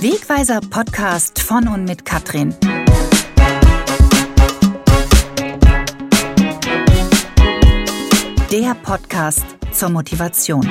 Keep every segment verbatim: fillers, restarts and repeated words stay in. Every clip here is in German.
Wegweiser Podcast von und mit Katrin. Der Podcast zur Motivation.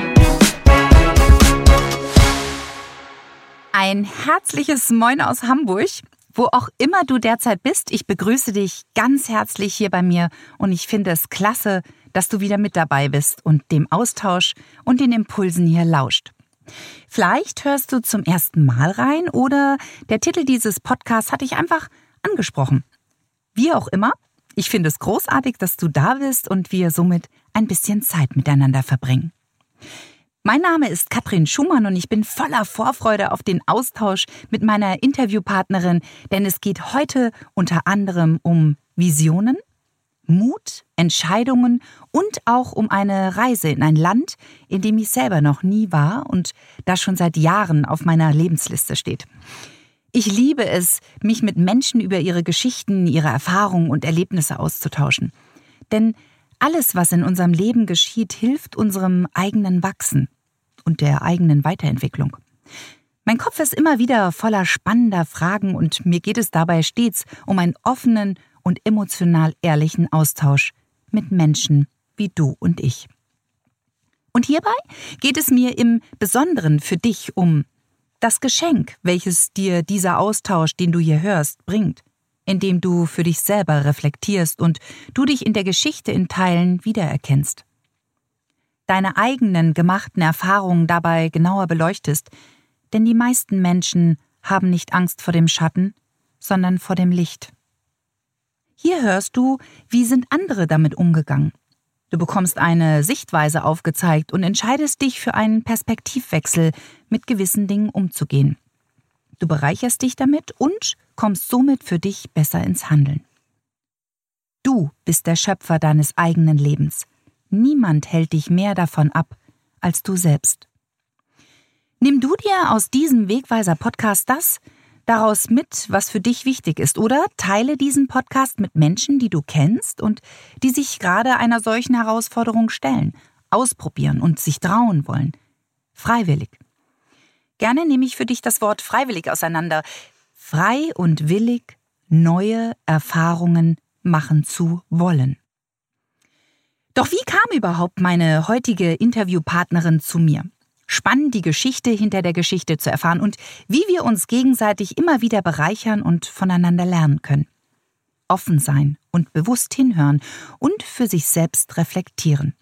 Ein herzliches Moin aus Hamburg, wo auch immer du derzeit bist. Ich begrüße dich ganz herzlich hier bei mir und ich finde es klasse, dass du wieder mit dabei bist und dem Austausch und den Impulsen hier lauscht. Vielleicht hörst du zum ersten Mal rein oder der Titel dieses Podcasts hat dich einfach angesprochen. Wie auch immer, ich finde es großartig, dass du da bist und wir somit ein bisschen Zeit miteinander verbringen. Mein Name ist Katrin Schumann und ich bin voller Vorfreude auf den Austausch mit meiner Interviewpartnerin, denn es geht heute unter anderem um Visionen, Mut, Entscheidungen und auch um eine Reise in ein Land, in dem ich selber noch nie war und das schon seit Jahren auf meiner Lebensliste steht. Ich liebe es, mich mit Menschen über ihre Geschichten, ihre Erfahrungen und Erlebnisse auszutauschen. Denn alles, was in unserem Leben geschieht, hilft unserem eigenen Wachsen und der eigenen Weiterentwicklung. Mein Kopf ist immer wieder voller spannender Fragen und mir geht es dabei stets um einen offenen und emotional ehrlichen Austausch mit Menschen wie du und ich. Und hierbei geht es mir im Besonderen für dich um das Geschenk, welches dir dieser Austausch, den du hier hörst, bringt, indem du für dich selber reflektierst und du dich in der Geschichte in Teilen wiedererkennst. Deine eigenen gemachten Erfahrungen dabei genauer beleuchtest, denn die meisten Menschen haben nicht Angst vor dem Schatten, sondern vor dem Licht. Hier hörst du, wie sind andere damit umgegangen. Du bekommst eine Sichtweise aufgezeigt und entscheidest dich für einen Perspektivwechsel, mit gewissen Dingen umzugehen. Du bereicherst dich damit und kommst somit für dich besser ins Handeln. Du bist der Schöpfer deines eigenen Lebens. Niemand hält dich mehr davon ab als du selbst. Nimm du dir aus diesem Wegweiser-Podcast das daraus mit, was für dich wichtig ist, oder teile diesen Podcast mit Menschen, die du kennst und die sich gerade einer solchen Herausforderung stellen, ausprobieren und sich trauen wollen. Freiwillig. Gerne nehme ich für dich das Wort freiwillig auseinander. Frei und willig neue Erfahrungen machen zu wollen. Doch wie kam überhaupt meine heutige Interviewpartnerin zu mir? Spannend, die Geschichte hinter der Geschichte zu erfahren und wie wir uns gegenseitig immer wieder bereichern und voneinander lernen können. Offen sein und bewusst hinhören und für sich selbst reflektieren.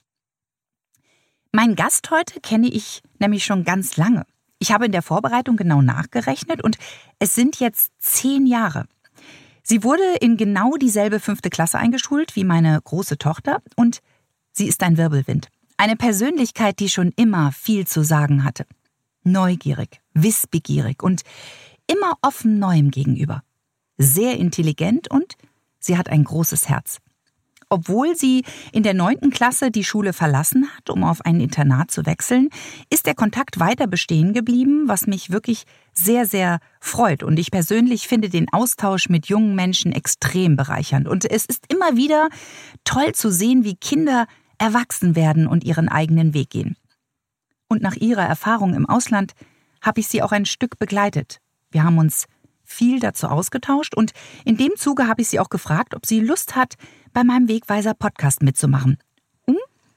Meinen Gast heute kenne ich nämlich schon ganz lange. Ich habe in der Vorbereitung genau nachgerechnet und es sind jetzt zehn Jahre. Sie wurde in genau dieselbe fünfte Klasse eingeschult wie meine große Tochter und sie ist ein Wirbelwind. Eine Persönlichkeit, die schon immer viel zu sagen hatte. Neugierig, wissbegierig und immer offen Neuem gegenüber. Sehr intelligent und sie hat ein großes Herz. Obwohl sie in der neunten Klasse die Schule verlassen hat, um auf ein Internat zu wechseln, ist der Kontakt weiter bestehen geblieben, was mich wirklich sehr, sehr freut. Und ich persönlich finde den Austausch mit jungen Menschen extrem bereichernd. Und es ist immer wieder toll zu sehen, wie Kinder erwachsen werden und ihren eigenen Weg gehen. Und nach ihrer Erfahrung im Ausland habe ich sie auch ein Stück begleitet. Wir haben uns viel dazu ausgetauscht und in dem Zuge habe ich sie auch gefragt, ob sie Lust hat, bei meinem Wegweiser-Podcast mitzumachen, um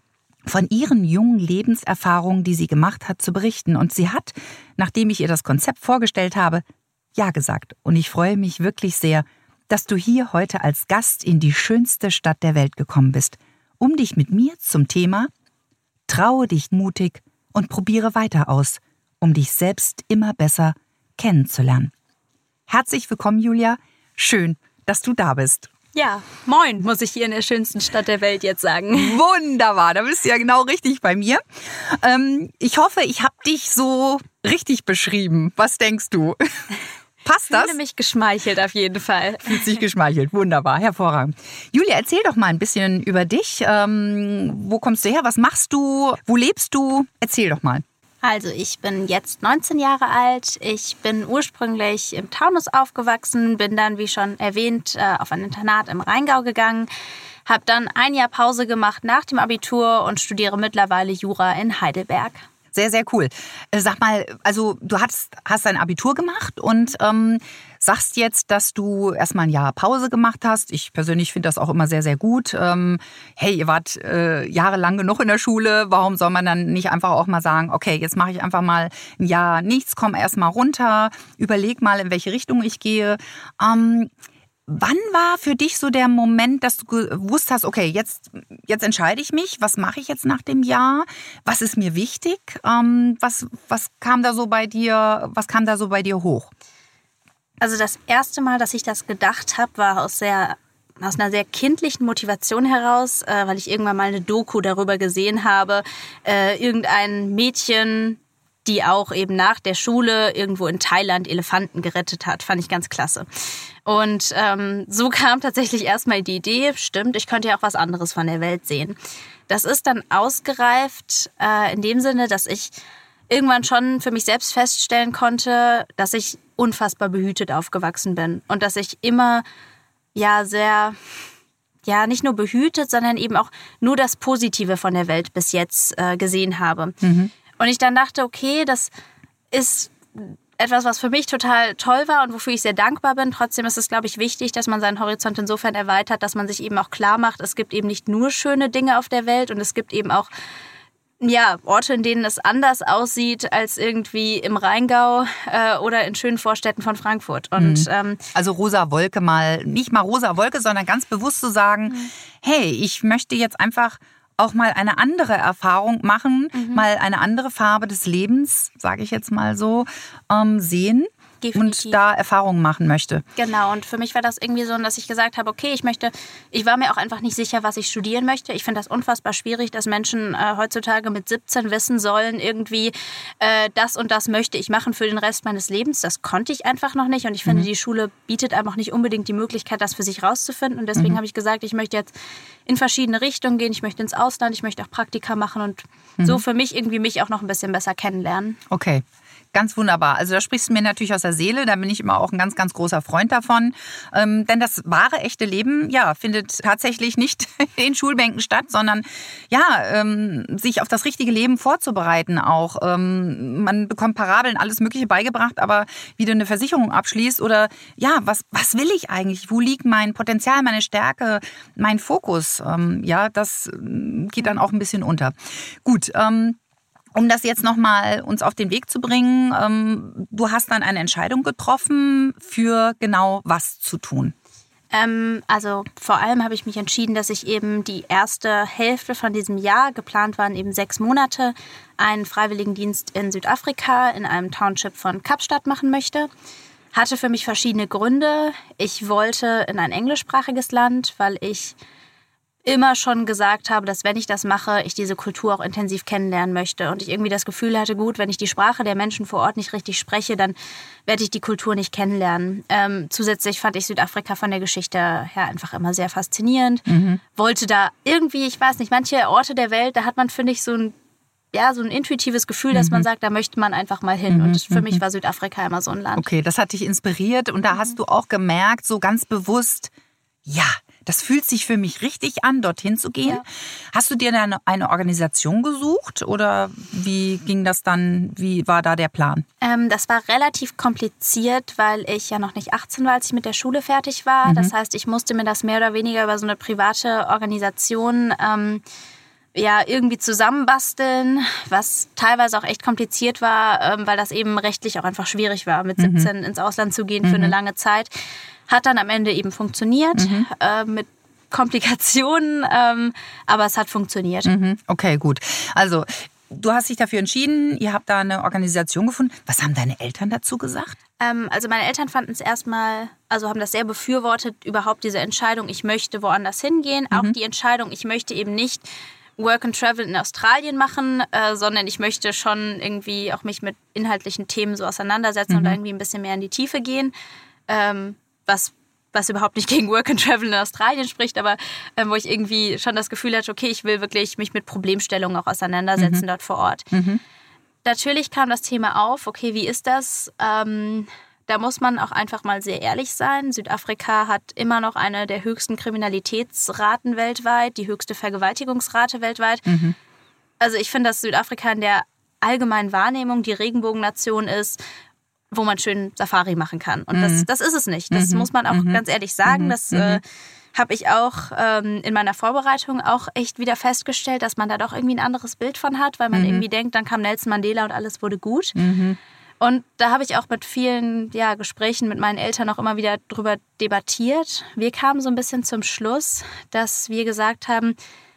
von ihren jungen Lebenserfahrungen, die sie gemacht hat, zu berichten. Und sie hat, nachdem ich ihr das Konzept vorgestellt habe, ja gesagt. Und ich freue mich wirklich sehr, dass du hier heute als Gast in die schönste Stadt der Welt gekommen bist, um dich mit mir zum Thema Traue dich mutig und probiere weiter aus, um dich selbst immer besser kennenzulernen. Herzlich willkommen, Julia. Schön, dass du da bist. Ja, moin, muss ich hier in der schönsten Stadt der Welt jetzt sagen. Wunderbar, da bist du ja genau richtig bei mir. Ähm, ich hoffe, ich habe dich so richtig beschrieben. Was denkst du? Passt das? Ich fühle mich geschmeichelt auf jeden Fall. Fühlt sich geschmeichelt, wunderbar, hervorragend. Julia, erzähl doch mal ein bisschen über dich. Ähm, wo kommst du her, was machst du, wo lebst du? Erzähl doch mal. Also ich bin jetzt neunzehn Jahre alt. Ich bin ursprünglich im Taunus aufgewachsen, bin dann, wie schon erwähnt, auf ein Internat im Rheingau gegangen, habe dann ein Jahr Pause gemacht nach dem Abitur und studiere mittlerweile Jura in Heidelberg. Sehr, sehr cool. Sag mal, also du hast, hast dein Abitur gemacht und ähm, sagst jetzt, dass du erstmal ein Jahr Pause gemacht hast. Ich persönlich finde das auch immer sehr, sehr gut. Ähm, hey, ihr wart äh, jahrelang genug in der Schule. Warum soll man dann nicht einfach auch mal sagen, okay, jetzt mache ich einfach mal ein Jahr nichts, komm erst mal runter, überleg mal, in welche Richtung ich gehe. Ähm, Wann war für dich so der Moment, dass du gewusst hast, okay, jetzt, jetzt entscheide ich mich, was mache ich jetzt nach dem Jahr? Was ist mir wichtig? Ähm, was, was kam da so bei dir, was kam da so bei dir hoch? Also das erste Mal, dass ich das gedacht habe, war aus sehr aus einer sehr kindlichen Motivation heraus, äh, weil ich irgendwann mal eine Doku darüber gesehen habe, äh, irgendein Mädchen, die auch eben nach der Schule irgendwo in Thailand Elefanten gerettet hat. Fand ich ganz klasse. Und ähm, so kam tatsächlich erstmal die Idee, stimmt, ich könnte ja auch was anderes von der Welt sehen. Das ist dann ausgereift äh, in dem Sinne, dass ich irgendwann schon für mich selbst feststellen konnte, dass ich unfassbar behütet aufgewachsen bin. Und dass ich immer ja sehr, ja nicht nur behütet, sondern eben auch nur das Positive von der Welt bis jetzt äh, gesehen habe. Mhm. Und ich dann dachte, okay, das ist etwas, was für mich total toll war und wofür ich sehr dankbar bin. Trotzdem ist es, glaube ich, wichtig, dass man seinen Horizont insofern erweitert, dass man sich eben auch klar macht, es gibt eben nicht nur schöne Dinge auf der Welt und es gibt eben auch ja, Orte, in denen es anders aussieht als irgendwie im Rheingau äh, oder in schönen Vorstädten von Frankfurt. Und, mhm. ähm, also rosa Wolke mal, nicht mal rosa Wolke, sondern ganz bewusst zu sagen, mhm. hey, ich möchte jetzt einfach auch mal eine andere Erfahrung machen, mhm. mal eine andere Farbe des Lebens, sage ich jetzt mal so, ähm, sehen. Definitiv. Und da Erfahrungen machen möchte. Genau, und für mich war das irgendwie so, dass ich gesagt habe, okay, ich möchte, ich war mir auch einfach nicht sicher, was ich studieren möchte. Ich finde das unfassbar schwierig, dass Menschen äh, heutzutage mit siebzehn wissen sollen, irgendwie äh, das und das möchte ich machen für den Rest meines Lebens. Das konnte ich einfach noch nicht und ich finde, mhm. die Schule bietet einfach nicht unbedingt die Möglichkeit, das für sich rauszufinden und deswegen mhm. habe ich gesagt, ich möchte jetzt in verschiedene Richtungen gehen, ich möchte ins Ausland, ich möchte auch Praktika machen und mhm. so für mich irgendwie mich auch noch ein bisschen besser kennenlernen. Okay. Ganz wunderbar. Also da sprichst du mir natürlich aus der Seele. Da bin ich immer auch ein ganz, ganz großer Freund davon. Ähm, denn das wahre, echte Leben, ja, findet tatsächlich nicht in Schulbänken statt, sondern ja, ähm, sich auf das richtige Leben vorzubereiten auch. Ähm, man bekommt Parabeln, alles Mögliche beigebracht, aber wie du eine Versicherung abschließt oder ja, was, was will ich eigentlich? Wo liegt mein Potenzial, meine Stärke, mein Fokus? Ähm, ja, das geht dann auch ein bisschen unter. Gut, ähm, Um das jetzt nochmal uns auf den Weg zu bringen, ähm, du hast dann eine Entscheidung getroffen, für genau was zu tun. Ähm, also vor allem habe ich mich entschieden, dass ich eben die erste Hälfte von diesem Jahr, geplant waren eben sechs Monate, einen Freiwilligendienst in Südafrika in einem Township von Kapstadt machen möchte. Hatte für mich verschiedene Gründe. Ich wollte in ein englischsprachiges Land, weil ich immer schon gesagt habe, dass wenn ich das mache, ich diese Kultur auch intensiv kennenlernen möchte. Und ich irgendwie das Gefühl hatte, gut, wenn ich die Sprache der Menschen vor Ort nicht richtig spreche, dann werde ich die Kultur nicht kennenlernen. Ähm, zusätzlich fand ich Südafrika von der Geschichte her einfach immer sehr faszinierend. Mhm. Wollte da irgendwie, ich weiß nicht, manche Orte der Welt, da hat man, finde ich, so ein ja, so ein intuitives Gefühl, dass mhm. man sagt, da möchte man einfach mal hin. Mhm. Und für mich war Südafrika immer so ein Land. Okay, das hat dich inspiriert und da mhm. hast du auch gemerkt, so ganz bewusst, ja, das fühlt sich für mich richtig an, dorthin zu gehen. Ja. Hast du dir dann eine Organisation gesucht oder wie ging das dann, wie war da der Plan? Ähm, das war relativ kompliziert, weil ich ja noch nicht achtzehn war, als ich mit der Schule fertig war. Mhm. Das heißt, ich musste mir das mehr oder weniger über so eine private Organisation ähm, ja, irgendwie zusammenbasteln, was teilweise auch echt kompliziert war, ähm, weil das eben rechtlich auch einfach schwierig war, mit siebzehn mhm. ins Ausland zu gehen für mhm. eine lange Zeit. Hat dann am Ende eben funktioniert, mhm. äh, mit Komplikationen, ähm, aber es hat funktioniert. Mhm. Okay, gut. Also du hast dich dafür entschieden, ihr habt da eine Organisation gefunden. Was haben deine Eltern dazu gesagt? Ähm, also meine Eltern fanden es erstmal, also haben das sehr befürwortet, überhaupt diese Entscheidung, ich möchte woanders hingehen. Mhm. Auch die Entscheidung, ich möchte eben nicht Work and Travel in Australien machen, äh, sondern ich möchte schon irgendwie auch mich mit inhaltlichen Themen so auseinandersetzen mhm. und da irgendwie ein bisschen mehr in die Tiefe gehen. Ähm, was, was überhaupt nicht gegen Work and Travel in Australien spricht, aber ähm, wo ich irgendwie schon das Gefühl hatte, okay, ich will wirklich mich mit Problemstellungen auch auseinandersetzen mhm. dort vor Ort. Mhm. Natürlich kam das Thema auf, okay, wie ist das? Ähm, da muss man auch einfach mal sehr ehrlich sein. Südafrika hat immer noch eine der höchsten Kriminalitätsraten weltweit, die höchste Vergewaltigungsrate weltweit. Mhm. Also ich finde, dass Südafrika in der allgemeinen Wahrnehmung die Regenbogennation ist, wo man schön Safari machen kann. Und das, das ist es nicht. Das mhm. muss man auch mhm. ganz ehrlich sagen. Das Mhm. äh, habe ich auch ähm, in meiner Vorbereitung auch echt wieder festgestellt, dass man da doch irgendwie ein anderes Bild von hat, weil man Mhm. irgendwie denkt, dann kam Nelson Mandela und alles wurde gut. Mhm. Und da habe ich auch mit vielen ja, Gesprächen mit meinen Eltern auch immer wieder drüber debattiert. Wir kamen so ein bisschen zum Schluss, dass wir gesagt haben,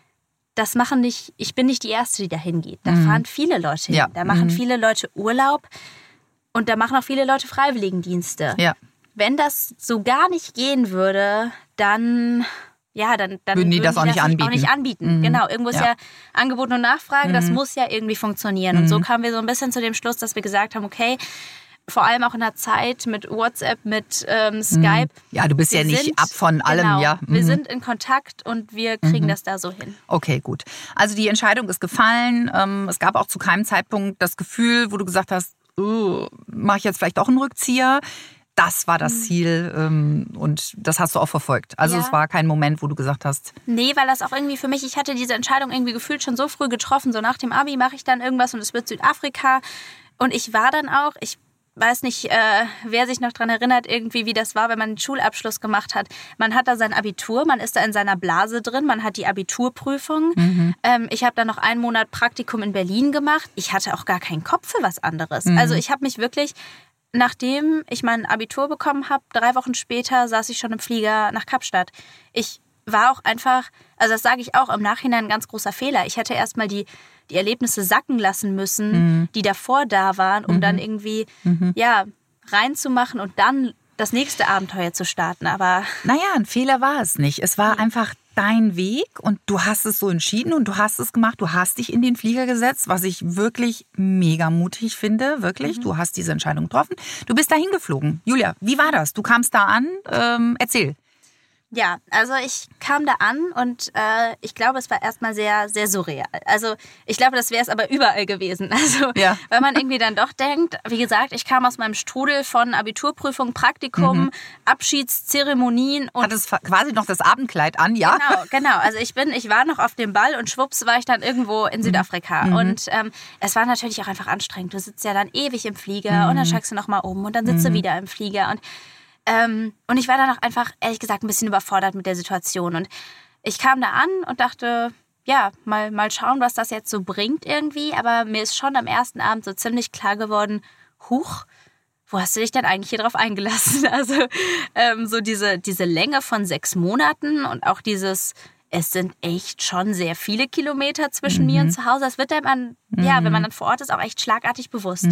das machen nicht, ich bin nicht die Erste, die da hingeht. Da Mhm. fahren viele Leute hin. Ja. Da machen Mhm. viele Leute Urlaub und da machen auch viele Leute Freiwilligendienste. Ja. Wenn das so gar nicht gehen würde, dann, ja, dann, dann Würden die das auch nicht anbieten. Auch nicht anbieten. Mhm. Genau, irgendwo ist Ja. ja Angebot und Nachfrage, das Mhm. muss ja irgendwie funktionieren. Und so kamen wir so ein bisschen zu dem Schluss, dass wir gesagt haben, okay, vor allem auch in der Zeit mit WhatsApp, mit ähm, Skype. Ja, du bist wir ja nicht sind- ab von allem, genau, ja. Wir Mhm. sind in Kontakt und wir kriegen das da so hin. Okay, gut. Also die Entscheidung ist gefallen. Ähm, es gab auch zu keinem Zeitpunkt das Gefühl, wo du gesagt hast, oh, mache ich jetzt vielleicht auch einen Rückzieher? Das war das Ziel ähm, und das hast du auch verfolgt. Also Ja. es war kein Moment, wo du gesagt hast, Nee, weil das auch irgendwie für mich, ich hatte diese Entscheidung irgendwie gefühlt schon so früh getroffen. So nach dem Abi mache ich dann irgendwas und es wird Südafrika. Und ich war dann auch, ich weiß nicht, äh, wer sich noch dran erinnert, irgendwie, wie das war, wenn man einen Schulabschluss gemacht hat. Man hat da sein Abitur, man ist da in seiner Blase drin, man hat die Abiturprüfung. Ähm, ich habe dann noch einen Monat Praktikum in Berlin gemacht. Ich hatte auch gar keinen Kopf für was anderes. Also ich habe mich wirklich, nachdem ich mein Abitur bekommen habe, drei Wochen später saß ich schon im Flieger nach Kapstadt. Ich war auch einfach, also das sage ich auch im Nachhinein, ein ganz großer Fehler. Ich hätte erstmal die, die Erlebnisse sacken lassen müssen, Mhm. die davor da waren, um dann irgendwie ja, reinzumachen und dann das nächste Abenteuer zu starten. Aber naja, ein Fehler war es nicht. Es war einfach dein Weg und du hast es so entschieden und du hast es gemacht. Du hast dich in den Flieger gesetzt, was ich wirklich mega mutig finde. Wirklich, du hast diese Entscheidung getroffen. Du bist dahin geflogen. Julia, wie war das? Du kamst da an. Ähm, erzähl. ja, also ich kam da an und äh, ich glaube, es war erstmal sehr, sehr surreal. Also ich glaube, das wäre es aber überall gewesen. Also Ja. weil man irgendwie dann doch denkt, wie gesagt, ich kam aus meinem Strudel von Abiturprüfung, Praktikum, Abschiedszeremonien und Hattest quasi noch das Abendkleid an, ja? Genau, genau. Also ich bin, ich war noch auf dem Ball und schwupps war ich dann irgendwo in Südafrika. Mhm. Und ähm, es war natürlich auch einfach anstrengend. Du sitzt ja dann ewig im Flieger Mhm. und dann steigst du nochmal um und dann sitzt du wieder im Flieger. Und, ähm, und ich war dann auch einfach, ehrlich gesagt, ein bisschen überfordert mit der Situation. Und ich kam da an und dachte, ja, mal, mal schauen, was das jetzt so bringt irgendwie. Aber mir ist schon am ersten Abend so ziemlich klar geworden, huch, wo hast du dich denn eigentlich hier drauf eingelassen? Also ähm, so diese, diese Länge von sechs Monaten und auch dieses, es sind echt schon sehr viele Kilometer zwischen mir und zu Hause. Das wird einem, an, ja, wenn man dann vor Ort ist, auch echt schlagartig bewusst.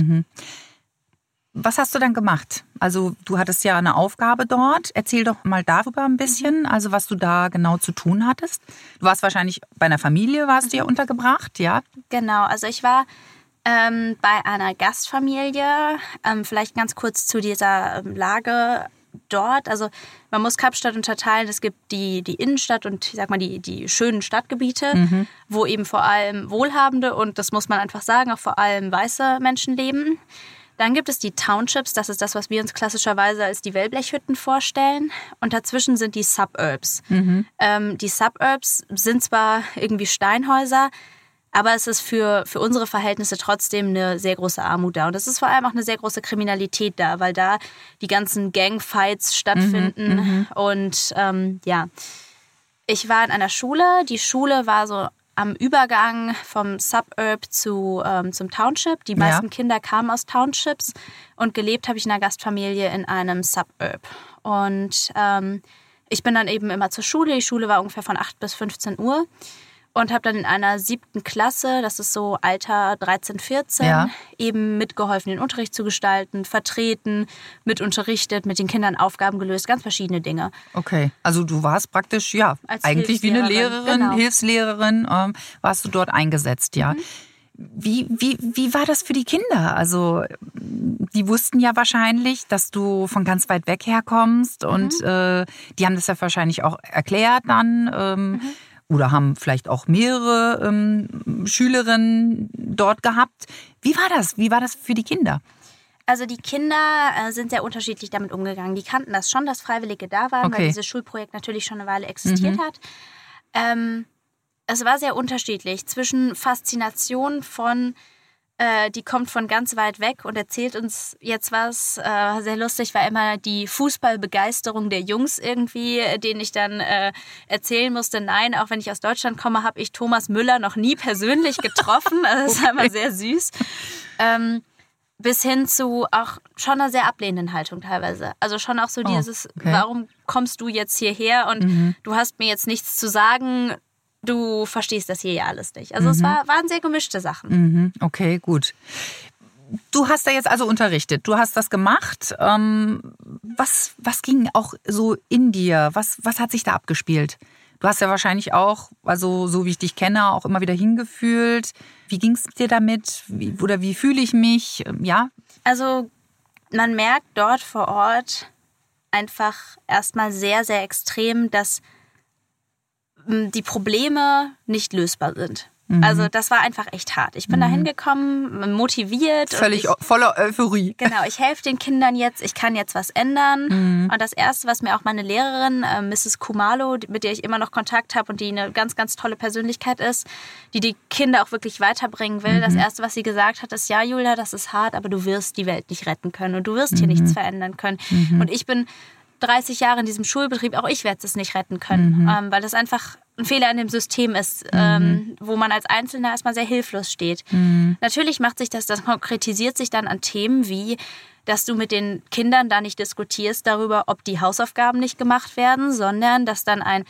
Was hast du dann gemacht? Also du hattest ja eine Aufgabe dort. Erzähl doch mal darüber ein bisschen, also was du da genau zu tun hattest. Du warst wahrscheinlich bei einer Familie, warst du ja untergebracht, ja? Genau, also ich war ähm, bei einer Gastfamilie, ähm, vielleicht ganz kurz zu dieser ähm, Lage dort. Also man muss Kapstadt unterteilen. Es gibt die, die Innenstadt und ich sag mal die, die schönen Stadtgebiete, wo eben vor allem wohlhabende und das muss man einfach sagen, auch vor allem weiße Menschen leben. Dann gibt es die Townships, das ist das, was wir uns klassischerweise als die Wellblechhütten vorstellen. Und dazwischen sind die Suburbs. Ähm, die Suburbs sind zwar irgendwie Steinhäuser, aber es ist für, für unsere Verhältnisse trotzdem eine sehr große Armut da. Und es ist vor allem auch eine sehr große Kriminalität da, weil da die ganzen Gangfights stattfinden. Und ähm, ja, ich war in einer Schule. Die Schule war so am Übergang vom Suburb zu, ähm, zum Township. Die meisten Ja. Kinder kamen aus Townships und gelebt habe ich in einer Gastfamilie in einem Suburb. Und ähm, ich bin dann eben immer zur Schule. Die Schule war ungefähr von acht bis fünfzehn Uhr und habe dann in einer siebten Klasse, das ist so Alter dreizehn, vierzehn, Ja. eben mitgeholfen, den Unterricht zu gestalten, vertreten, mit unterrichtet, mit den Kindern Aufgaben gelöst, ganz verschiedene Dinge. Okay, also du warst praktisch, ja, Als eigentlich wie eine Hilfslehrerin, Lehrerin, genau. Hilfslehrerin, ähm, warst du dort eingesetzt, ja. Wie, wie, wie war das für die Kinder? Also die wussten ja wahrscheinlich, dass du von ganz weit weg herkommst und äh, die haben das ja wahrscheinlich auch erklärt dann ähm, oder haben vielleicht auch mehrere ähm, Schülerinnen dort gehabt. Wie war das? Wie war das für die Kinder? Also die Kinder äh, sind sehr unterschiedlich damit umgegangen. Die kannten das schon, dass Freiwillige da waren, Okay. weil dieses Schulprojekt natürlich schon eine Weile existiert hat. Ähm, es war sehr unterschiedlich zwischen Faszination von äh, die kommt von ganz weit weg und erzählt uns jetzt was. Äh, sehr lustig war immer die Fußballbegeisterung der Jungs irgendwie, denen ich dann äh, erzählen musste, nein, auch wenn ich aus Deutschland komme, habe ich Thomas Müller noch nie persönlich getroffen. Also das war immer sehr süß. Ähm, bis hin zu auch schon einer sehr ablehnenden Haltung teilweise. Also schon auch so oh, dieses, okay. Warum kommst du jetzt hierher und mhm. du hast mir jetzt nichts zu sagen, du verstehst das hier ja alles nicht. Also mhm. es war, waren sehr gemischte Sachen. Mhm. Okay, gut. Du hast da jetzt also unterrichtet, du hast das gemacht. Ähm, was, was ging auch so in dir? Was, was hat sich da abgespielt? Du hast ja wahrscheinlich auch, also so wie ich dich kenne, auch immer wieder hingefühlt. Wie ging es dir damit? Wie, oder wie fühle ich mich? Ja? Also man merkt dort vor Ort einfach erstmal sehr, sehr extrem, dass die Probleme nicht lösbar sind. Mhm. Also das war einfach echt hart. Ich bin mhm. da hingekommen, motiviert. Völlig und ich, voller Euphorie. Genau, ich helfe den Kindern jetzt, ich kann jetzt was ändern. Mhm. Und das Erste, was mir auch meine Lehrerin, äh, Misses Kumalo, mit der ich immer noch Kontakt habe und die eine ganz, ganz tolle Persönlichkeit ist, die die Kinder auch wirklich weiterbringen will, mhm. das Erste, was sie gesagt hat, ist, ja Julia, das ist hart, aber du wirst die Welt nicht retten können und du wirst hier mhm. nichts verändern können. Mhm. Und ich bin dreißig Jahre in diesem Schulbetrieb, auch ich werde es nicht retten können, mhm. ähm, weil das einfach ein Fehler in dem System ist, mhm. ähm, wo man als Einzelner erstmal sehr hilflos steht. Mhm. Natürlich macht sich das, das konkretisiert sich dann an Themen wie, dass du mit den Kindern da nicht diskutierst darüber, ob die Hausaufgaben nicht gemacht werden, sondern dass dann ein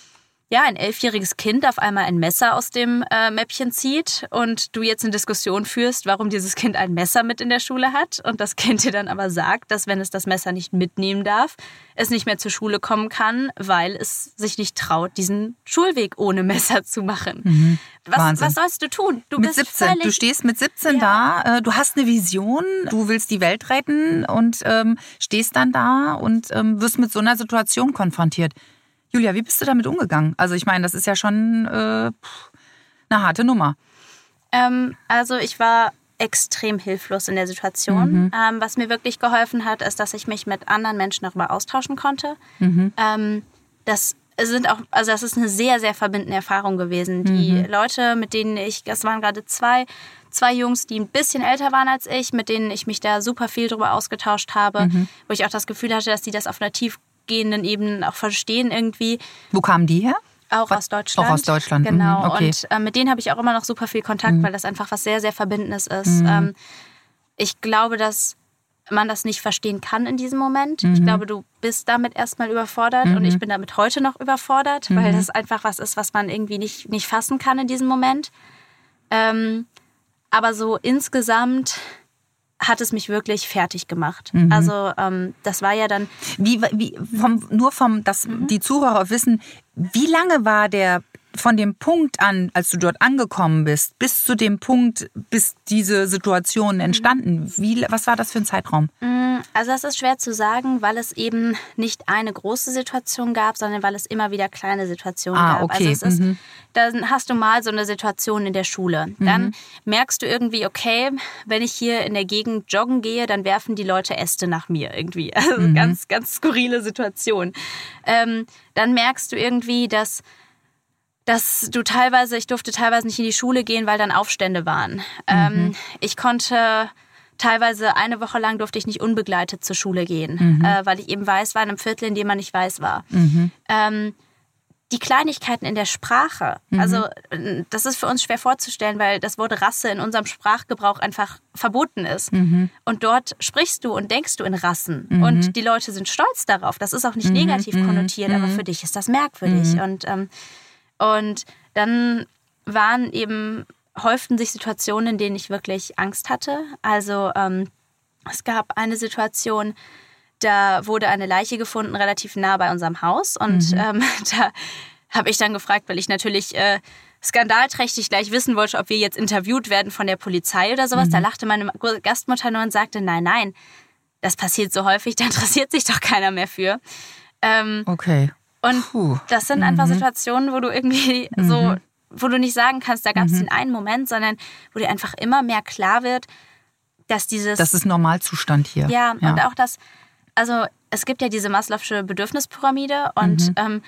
ja, ein elfjähriges Kind auf einmal ein Messer aus dem äh, Mäppchen zieht und du jetzt eine Diskussion führst, warum dieses Kind ein Messer mit in der Schule hat und das Kind dir dann aber sagt, dass wenn es das Messer nicht mitnehmen darf, es nicht mehr zur Schule kommen kann, weil es sich nicht traut, diesen Schulweg ohne Messer zu machen. Mhm. Was, was sollst du tun? Du mit bist siebzehn, völlig, du stehst mit siebzehn ja. da, äh, du hast eine Vision, du willst die Welt retten und ähm, stehst dann da und ähm, wirst mit so einer Situation konfrontiert. Julia, wie bist du damit umgegangen? Also ich meine, das ist ja schon äh, eine harte Nummer. Ähm, also ich war extrem hilflos in der Situation. Mhm. Ähm, was mir wirklich geholfen hat, ist, dass ich mich mit anderen Menschen darüber austauschen konnte. Mhm. Ähm, das sind auch, also das ist eine sehr, sehr verbindende Erfahrung gewesen. Die mhm. Leute, mit denen ich, das waren gerade zwei, zwei Jungs, die ein bisschen älter waren als ich, mit denen ich mich da super viel drüber ausgetauscht habe, mhm. wo ich auch das Gefühl hatte, dass die das auf einer tief gehenden Ebenen auch verstehen irgendwie. Wo kamen die her? Auch was? aus Deutschland. Auch aus Deutschland. Genau. Mhm, okay. Und äh, mit denen habe ich auch immer noch super viel Kontakt, mhm. weil das einfach was sehr, sehr Verbindendes ist. Mhm. Ähm, ich glaube, dass man das nicht verstehen kann in diesem Moment. Mhm. Ich glaube, du bist damit erstmal überfordert mhm. und ich bin damit heute noch überfordert, mhm. weil das einfach was ist, was man irgendwie nicht, nicht fassen kann in diesem Moment. Ähm, aber so insgesamt hat es mich wirklich fertig gemacht. Mhm. Also ähm, das war ja dann... Wie, wie vom, nur vom, dass mhm. die Zuhörer wissen, wie lange war der von dem Punkt an, als du dort angekommen bist, bis zu dem Punkt, bis diese Situation entstanden? Wie, was war das für ein Zeitraum? Also das ist schwer zu sagen, weil es eben nicht eine große Situation gab, sondern weil es immer wieder kleine Situationen ah, gab. Okay. Also es ist, mhm. dann hast du mal so eine Situation in der Schule. Dann mhm. merkst du irgendwie, okay, wenn ich hier in der Gegend joggen gehe, dann werfen die Leute Äste nach mir irgendwie. Also mhm. ganz, ganz skurrile Situation. Ähm, dann merkst du irgendwie, dass dass du teilweise, ich durfte teilweise nicht in die Schule gehen, weil dann Aufstände waren. Mhm. Ähm, ich konnte teilweise eine Woche lang durfte ich nicht unbegleitet zur Schule gehen, mhm. äh, weil ich eben weiß war in einem Viertel, in dem man nicht weiß war. Mhm. Ähm, die Kleinigkeiten in der Sprache, mhm. also das ist für uns schwer vorzustellen, weil das Wort Rasse in unserem Sprachgebrauch einfach verboten ist. Mhm. Und dort sprichst du und denkst du in Rassen. Mhm. Und die Leute sind stolz darauf. Das ist auch nicht mhm. negativ konnotiert, mhm. aber für dich ist das merkwürdig. Mhm. Und ähm, Und dann waren eben, häuften sich Situationen, in denen ich wirklich Angst hatte. Also ähm, es gab eine Situation, da wurde eine Leiche gefunden, relativ nah bei unserem Haus. Und mhm. ähm, da habe ich dann gefragt, weil ich natürlich äh, skandalträchtig gleich wissen wollte, ob wir jetzt interviewt werden von der Polizei oder sowas. Mhm. Da lachte meine Gastmutter nur und sagte, nein, nein, das passiert so häufig, da interessiert sich doch keiner mehr für. Ähm, okay. Und Puh. das sind einfach mhm. Situationen, wo du irgendwie mhm. so, wo du nicht sagen kannst, da gab es mhm. den einen Moment, sondern wo dir einfach immer mehr klar wird, dass dieses... Das ist Normalzustand hier. Ja, ja. Und auch das, also es gibt ja diese Maslow'sche Bedürfnispyramide und mhm. ähm,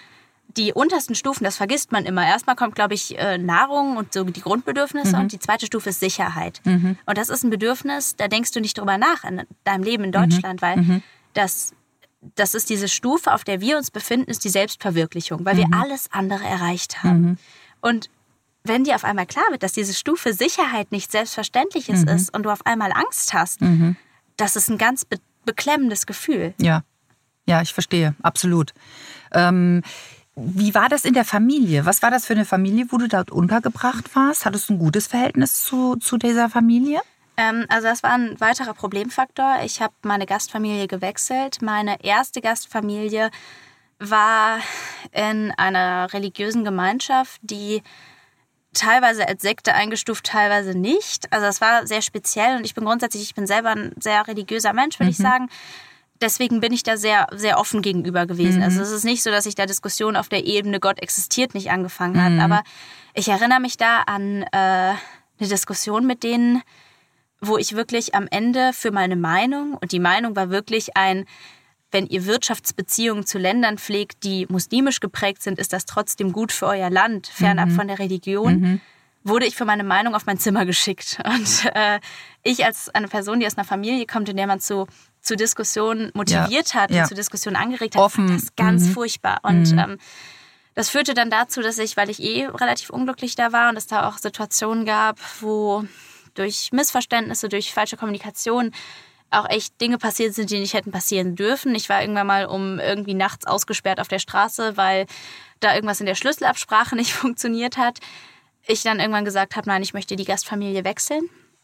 die untersten Stufen, das vergisst man immer. Erstmal kommt, glaube ich, Nahrung und so die Grundbedürfnisse mhm. und die zweite Stufe ist Sicherheit. Mhm. Und das ist ein Bedürfnis, da denkst du nicht drüber nach in deinem Leben in Deutschland, mhm. weil mhm. das, das ist diese Stufe, auf der wir uns befinden, ist die Selbstverwirklichung, weil mhm. wir alles andere erreicht haben. Mhm. Und wenn dir auf einmal klar wird, dass diese Stufe Sicherheit nichts Selbstverständliches mhm. ist und du auf einmal Angst hast, mhm. das ist ein ganz be- beklemmendes Gefühl. Ja, ja, ich verstehe, absolut. Ähm, Wie war das in der Familie? Was war das für eine Familie, wo du dort untergebracht warst? Hattest du ein gutes Verhältnis zu, zu dieser Familie? Ähm, also das war ein weiterer Problemfaktor. Ich habe meine Gastfamilie gewechselt. Meine erste Gastfamilie war in einer religiösen Gemeinschaft, die teilweise als Sekte eingestuft, teilweise nicht. Also das war sehr speziell und ich bin grundsätzlich, ich bin selber ein sehr religiöser Mensch, würde mhm. ich sagen. Deswegen bin ich da sehr, sehr offen gegenüber gewesen. Mhm. Also es ist nicht so, dass ich da Diskussion auf der Ebene Gott existiert nicht angefangen habe. Mhm. Aber ich erinnere mich da an äh, eine Diskussion mit denen, wo ich wirklich am Ende für meine Meinung, und die Meinung war wirklich ein, wenn ihr Wirtschaftsbeziehungen zu Ländern pflegt, die muslimisch geprägt sind, ist das trotzdem gut für euer Land, fernab mhm. von der Religion. Mhm. Wurde ich für meine Meinung auf mein Zimmer geschickt. Und äh, ich als eine Person, die aus einer Familie kommt, in der man zu zu Diskussionen motiviert ja, hat und ja. zu Diskussionen angeregt hat, Offen. fand das ganz mhm. furchtbar. Und mhm. ähm, das führte dann dazu, dass ich, weil ich eh relativ unglücklich da war und es da auch Situationen gab, wo durch Missverständnisse, durch falsche Kommunikation auch echt Dinge passiert sind, die nicht hätten passieren dürfen. Ich war irgendwann mal um irgendwie nachts ausgesperrt auf der Straße, weil da irgendwas in der Schlüsselabsprache nicht funktioniert hat. Ich dann irgendwann gesagt habe, nein, ich möchte die Gastfamilie wechseln.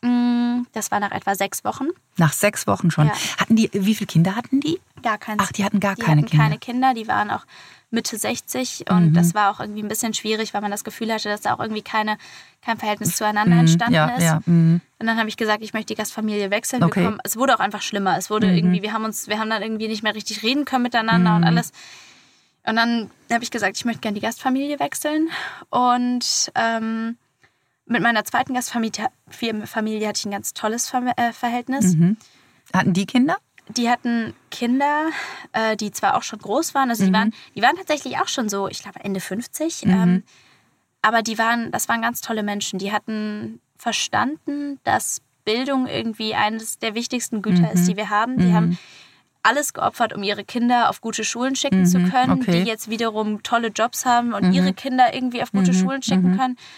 Das war nach etwa sechs Wochen. Nach sechs Wochen schon. Ja. Hatten die, wie viele Kinder hatten die? Gar keins. Ach, die hatten gar die keine hatten Kinder. keine Kinder, die waren auch Mitte sechzig und mhm. das war auch irgendwie ein bisschen schwierig, weil man das Gefühl hatte, dass da auch irgendwie keine, kein Verhältnis zueinander mhm. entstanden ja, ist. Ja, mhm. Und dann habe ich gesagt, ich möchte die Gastfamilie wechseln. Okay. Wir kommen, es wurde auch einfach schlimmer. Es wurde mhm. irgendwie, wir haben uns, wir haben dann irgendwie nicht mehr richtig reden können miteinander mhm. und alles. Und dann habe ich gesagt, ich möchte gerne die Gastfamilie wechseln und ähm, mit meiner zweiten Gastfamilie Familie hatte ich ein ganz tolles Verhältnis. Mhm. Hatten die Kinder? Die hatten Kinder, die zwar auch schon groß waren, also mhm. die waren, die waren tatsächlich auch schon so, ich glaube Ende fünfzig, mhm. ähm, aber die waren, das waren ganz tolle Menschen. Die hatten verstanden, dass Bildung irgendwie eines der wichtigsten Güter mhm. ist, die wir haben. Die mhm. haben alles geopfert, um ihre Kinder auf gute Schulen schicken mhm. zu können, okay. die jetzt wiederum tolle Jobs haben und mhm. ihre Kinder irgendwie auf gute mhm. Schulen schicken mhm. können.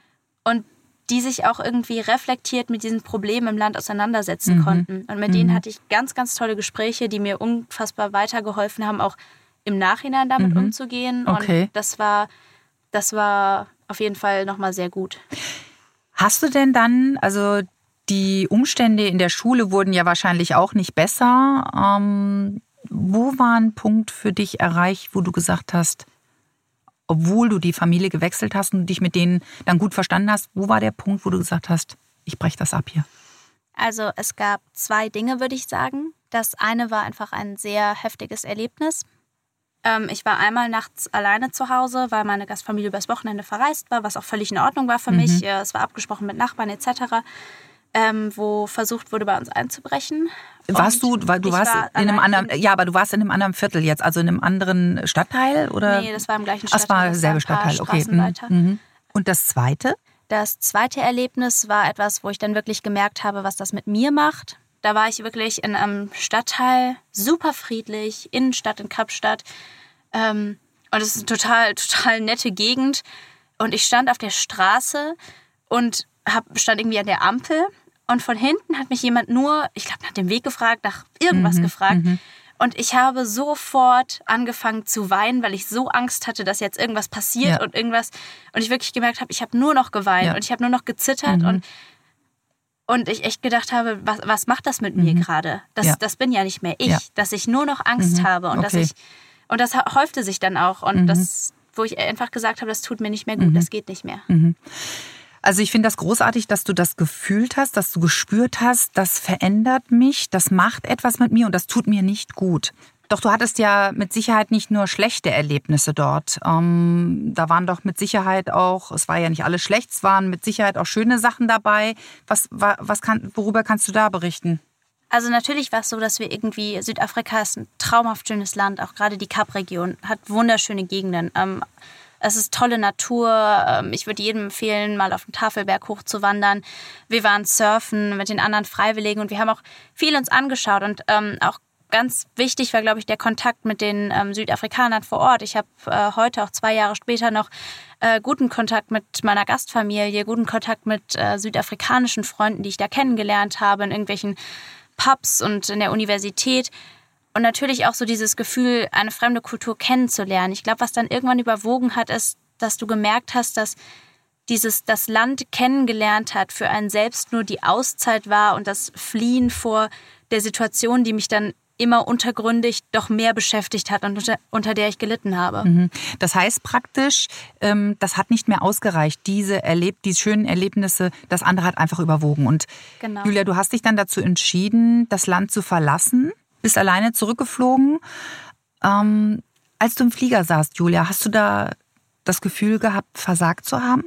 Und die sich auch irgendwie reflektiert mit diesen Problemen im Land auseinandersetzen mhm. konnten. Und mit mhm. denen hatte ich ganz, ganz tolle Gespräche, die mir unfassbar weitergeholfen haben, auch im Nachhinein damit mhm. umzugehen. Okay. Und das war, das war auf jeden Fall nochmal sehr gut. Hast du denn dann, also die Umstände in der Schule wurden ja wahrscheinlich auch nicht besser. Ähm, wo war ein Punkt für dich erreicht, wo du gesagt hast, obwohl du die Familie gewechselt hast und dich mit denen dann gut verstanden hast, wo war der Punkt, wo du gesagt hast, ich breche das ab hier? Also es gab zwei Dinge, würde ich sagen. Das eine war einfach ein sehr heftiges Erlebnis. Ähm, ich war einmal nachts alleine zu Hause, weil meine Gastfamilie übers Wochenende verreist war, was auch völlig in Ordnung war für mhm. mich. Es war abgesprochen mit Nachbarn et cetera, ähm, wo versucht wurde, bei uns einzubrechen. Warst du, weil du warst war in einem anderen, ja, aber du warst in einem anderen Viertel jetzt, also in einem anderen Stadtteil, oder? Nee, das war im gleichen Stadtteil. Ach, es war derselbe Stadtteil, okay. Mhm. Und das Zweite? Das zweite Erlebnis war etwas, wo ich dann wirklich gemerkt habe, was das mit mir macht. Da war ich wirklich in einem Stadtteil, super friedlich, Innenstadt in Kapstadt. Ähm, und es ist eine total, total nette Gegend. Und ich stand auf der Straße und hab, stand irgendwie an der Ampel. Und von hinten hat mich jemand nur, ich glaube, nach dem Weg gefragt, nach irgendwas mhm, gefragt. Mhm. Und ich habe sofort angefangen zu weinen, weil ich so Angst hatte, dass jetzt irgendwas passiert ja. und irgendwas. Und ich wirklich gemerkt habe, ich habe nur noch geweint ja. und ich habe nur noch gezittert. Mhm. Und, und ich echt gedacht habe, was, was macht das mit mhm. mir gerade? Das, ja. das bin ja nicht mehr ich, ja. dass ich nur noch Angst mhm. habe. Und, okay. dass ich, und das häufte sich dann auch. Und mhm. das, wo ich einfach gesagt habe, das tut mir nicht mehr gut, mhm. das geht nicht mehr. Mhm. Also ich finde das großartig, dass du das gefühlt hast, dass du gespürt hast, das verändert mich, das macht etwas mit mir und das tut mir nicht gut. Doch du hattest ja mit Sicherheit nicht nur schlechte Erlebnisse dort. Ähm, da waren doch mit Sicherheit auch, es war ja nicht alles schlecht, es waren mit Sicherheit auch schöne Sachen dabei. Was, was kann, worüber kannst du da berichten? Also natürlich war es so, dass wir irgendwie, Südafrika ist ein traumhaft schönes Land, auch gerade die Kap-Region hat wunderschöne Gegenden. Ähm, es ist tolle Natur. Ähm, ich würde jedem empfehlen, mal auf den Tafelberg hochzuwandern. Wir waren surfen mit den anderen Freiwilligen und wir haben auch viel uns angeschaut. Und ähm, auch ganz wichtig war, glaube ich, der Kontakt mit den ähm, Südafrikanern vor Ort. Ich habe äh, heute, auch zwei Jahre später, noch äh, guten Kontakt mit meiner Gastfamilie, guten Kontakt mit äh, südafrikanischen Freunden, die ich da kennengelernt habe, in irgendwelchen Pubs und in der Universität. Und natürlich auch so dieses Gefühl, eine fremde Kultur kennenzulernen. Ich glaube, was dann irgendwann überwogen hat, ist, dass du gemerkt hast, dass dieses das Land kennengelernt hat, für einen selbst nur die Auszeit war und das Fliehen vor der Situation, die mich dann immer untergründig doch mehr beschäftigt hat und unter, unter der ich gelitten habe. Das heißt praktisch, ähm, das hat nicht mehr ausgereicht, diese, erleb- diese schönen Erlebnisse, das andere hat einfach überwogen. Und Genau. Julia, du hast dich dann dazu entschieden, das Land zu verlassen, bist alleine zurückgeflogen. Ähm, als du im Flieger saßt, Julia, hast du da das Gefühl gehabt, versagt zu haben?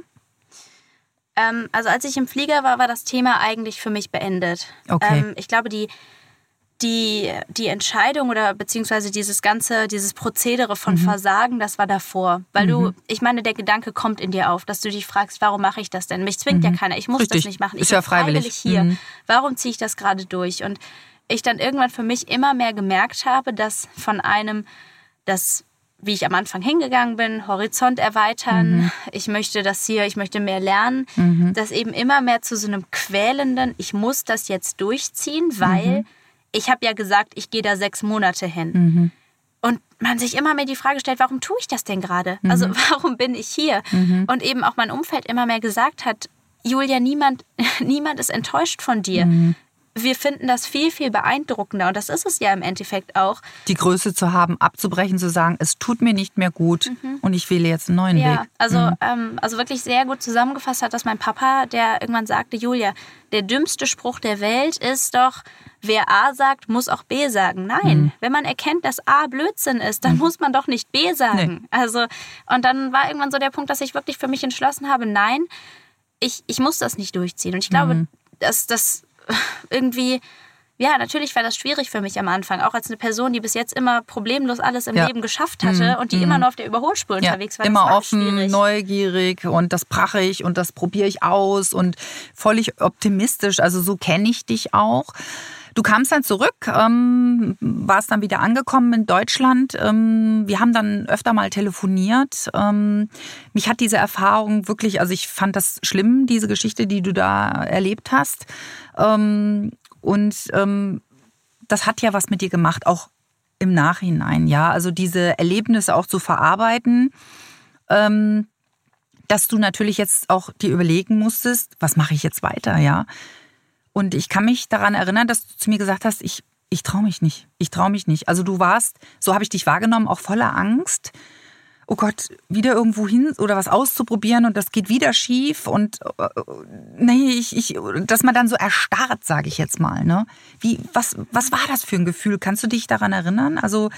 Ähm, also als ich im Flieger war, war das Thema eigentlich für mich beendet. Okay. Ähm, ich glaube, die Die, die Entscheidung oder beziehungsweise dieses ganze, dieses Prozedere von mhm. Versagen, das war davor. Weil mhm. du, ich meine, der Gedanke kommt in dir auf, dass du dich fragst, warum mache ich das denn? Mich zwingt mhm. ja keiner, ich muss Richtig. das nicht machen. Ich Ist ja bin freiwillig, freiwillig hier. Mhm. Warum ziehe ich das gerade durch? Und ich dann irgendwann für mich immer mehr gemerkt habe, dass von einem, das, wie ich am Anfang hingegangen bin, Horizont erweitern, mhm. ich möchte das hier, ich möchte mehr lernen, mhm. dass eben immer mehr zu so einem quälenden, ich muss das jetzt durchziehen, weil mhm. ich habe ja gesagt, ich gehe da sechs Monate hin. Mhm. Und man sich immer mehr die Frage stellt, warum tue ich das denn gerade? Mhm. Also warum bin ich hier? Mhm. Und eben auch mein Umfeld immer mehr gesagt hat, Julia, niemand, niemand ist enttäuscht von dir. Mhm. Wir finden das viel, viel beeindruckender. Und das ist es ja im Endeffekt auch. Die Größe zu haben, abzubrechen, zu sagen, es tut mir nicht mehr gut mhm. und ich wähle jetzt einen neuen ja, Weg. Also, mhm. ähm, also wirklich sehr gut zusammengefasst hat das mein Papa, der irgendwann sagte, Julia, der dümmste Spruch der Welt ist doch, wer A sagt, muss auch B sagen. Nein, mhm. wenn man erkennt, dass A Blödsinn ist, dann mhm. muss man doch nicht B sagen. Nee. Also, und dann war irgendwann so der Punkt, dass ich wirklich für mich entschlossen habe, nein, ich, ich muss das nicht durchziehen. Und ich glaube, mhm. dass das irgendwie, ja, natürlich war das schwierig für mich am Anfang, auch als eine Person, die bis jetzt immer problemlos alles im ja. Leben geschafft hatte mhm. und die mhm. immer nur auf der Überholspur ja. unterwegs war. Immer das war offen, schwierig. Neugierig und das brache ich und das probiere ich aus und völlig optimistisch. Also so kenne ich dich auch. Du kamst dann zurück, ähm, warst dann wieder angekommen in Deutschland. Ähm, wir haben dann öfter mal telefoniert. Ähm, mich hat diese Erfahrung wirklich, also ich fand das schlimm, diese Geschichte, die du da erlebt hast. Ähm, und ähm, das hat ja was mit dir gemacht, auch im Nachhinein. Ja, also diese Erlebnisse auch zu verarbeiten, ähm, dass du natürlich jetzt auch dir überlegen musstest, was mache ich jetzt weiter, ja. Und ich kann mich daran erinnern, dass du zu mir gesagt hast, ich, ich traue mich nicht. Ich traue mich nicht. Also du warst, so habe ich dich wahrgenommen, auch voller Angst. Oh Gott, wieder irgendwo hin oder was auszuprobieren und das geht wieder schief. Und äh, nee, ich, ich, dass man dann so erstarrt, sage ich jetzt mal. Ne? Wie, was, was war das für ein Gefühl? Kannst du dich daran erinnern? Also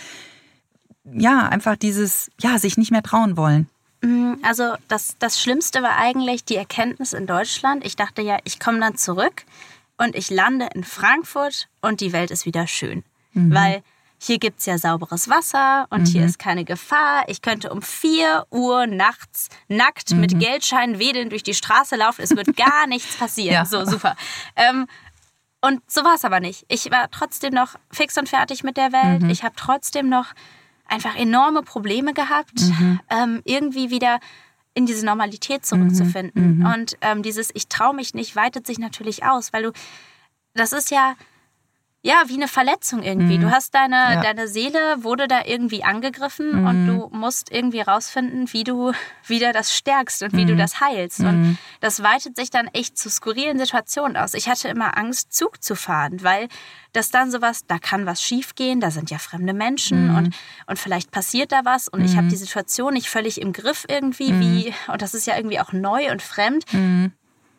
ja, einfach dieses, ja, sich nicht mehr trauen wollen. Also das, das Schlimmste war eigentlich die Erkenntnis in Deutschland. Ich dachte ja, ich komme dann zurück. Und ich lande in Frankfurt und die Welt ist wieder schön. Mhm. Weil hier gibt es ja sauberes Wasser und mhm. hier ist keine Gefahr. Ich könnte um vier Uhr nachts nackt mhm. mit Geldscheinen wedelnd durch die Straße laufen. Es wird gar nichts passieren. Ja. So, super. Ähm, und so war es aber nicht. Ich war trotzdem noch fix und fertig mit der Welt. Mhm. Ich habe trotzdem noch einfach enorme Probleme gehabt, mhm. ähm, irgendwie wieder in diese Normalität zurückzufinden. Mhm, und ähm, dieses Ich traue mich nicht weitet sich natürlich aus, weil du, das ist ja, ja wie eine Verletzung irgendwie. Mhm. Du hast deine, ja. deine Seele wurde da irgendwie angegriffen mhm. und du musst irgendwie rausfinden, wie du wieder das stärkst und wie mhm. du das heilst. Mhm. Und das weitet sich dann echt zu skurrilen Situationen aus. Ich hatte immer Angst, Zug zu fahren, weil das dann sowas, da kann was schiefgehen, da sind ja fremde Menschen mhm. und, und vielleicht passiert da was und mhm. ich habe die Situation nicht völlig im Griff irgendwie, mhm. wie, und das ist ja irgendwie auch neu und fremd. Mhm.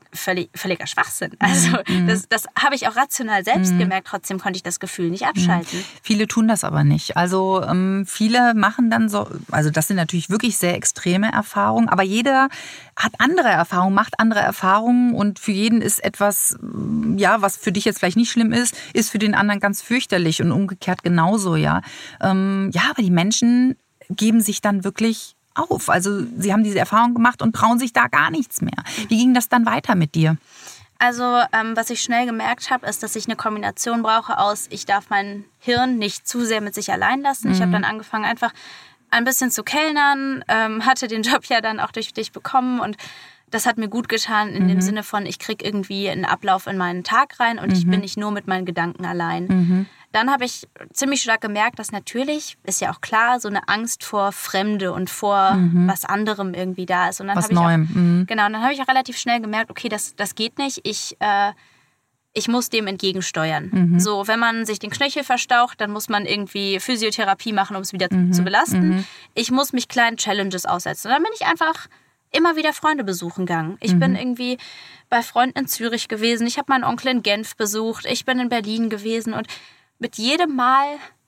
völlig, völliger Schwachsinn. Also mhm. das, das habe ich auch rational selbst mhm. gemerkt. Trotzdem konnte ich das Gefühl nicht abschalten. Mhm. Viele tun das aber nicht. Also ähm, viele machen dann so, also das sind natürlich wirklich sehr extreme Erfahrungen, aber jeder hat andere Erfahrungen, macht andere Erfahrungen und für jeden ist etwas, ja, was für dich jetzt vielleicht nicht schlimm ist, ist für den anderen ganz fürchterlich und umgekehrt genauso, ja. Ähm, ja, aber die Menschen geben sich dann wirklich auf. Also sie haben diese Erfahrung gemacht und trauen sich da gar nichts mehr. Wie ging das dann weiter mit dir? Also ähm, was ich schnell gemerkt habe, ist, dass ich eine Kombination brauche aus, ich darf mein Hirn nicht zu sehr mit sich allein lassen. Mhm. Ich habe dann angefangen, einfach ein bisschen zu kellnern, ähm, hatte den Job ja dann auch durch dich bekommen und das hat mir gut getan in mhm. dem Sinne von, ich kriege irgendwie einen Ablauf in meinen Tag rein und mhm. ich bin nicht nur mit meinen Gedanken allein. Mhm. Dann habe ich ziemlich stark gemerkt, dass natürlich, ist ja auch klar, so eine Angst vor Fremde und vor mhm. was anderem irgendwie da ist. Und dann was habe ich Neuem. Auch, mhm. Genau, und dann habe ich auch relativ schnell gemerkt, okay, das, das geht nicht. Ich, äh, ich muss dem entgegensteuern. Mhm. So, wenn man sich den Knöchel verstaucht, dann muss man irgendwie Physiotherapie machen, um es wieder mhm. zu belasten. Mhm. Ich muss mich kleinen Challenges aussetzen. Und dann bin ich einfach immer wieder Freunde besuchen gegangen. Ich mhm. bin irgendwie bei Freunden in Zürich gewesen. Ich habe meinen Onkel in Genf besucht. Ich bin in Berlin gewesen und mit jedem Mal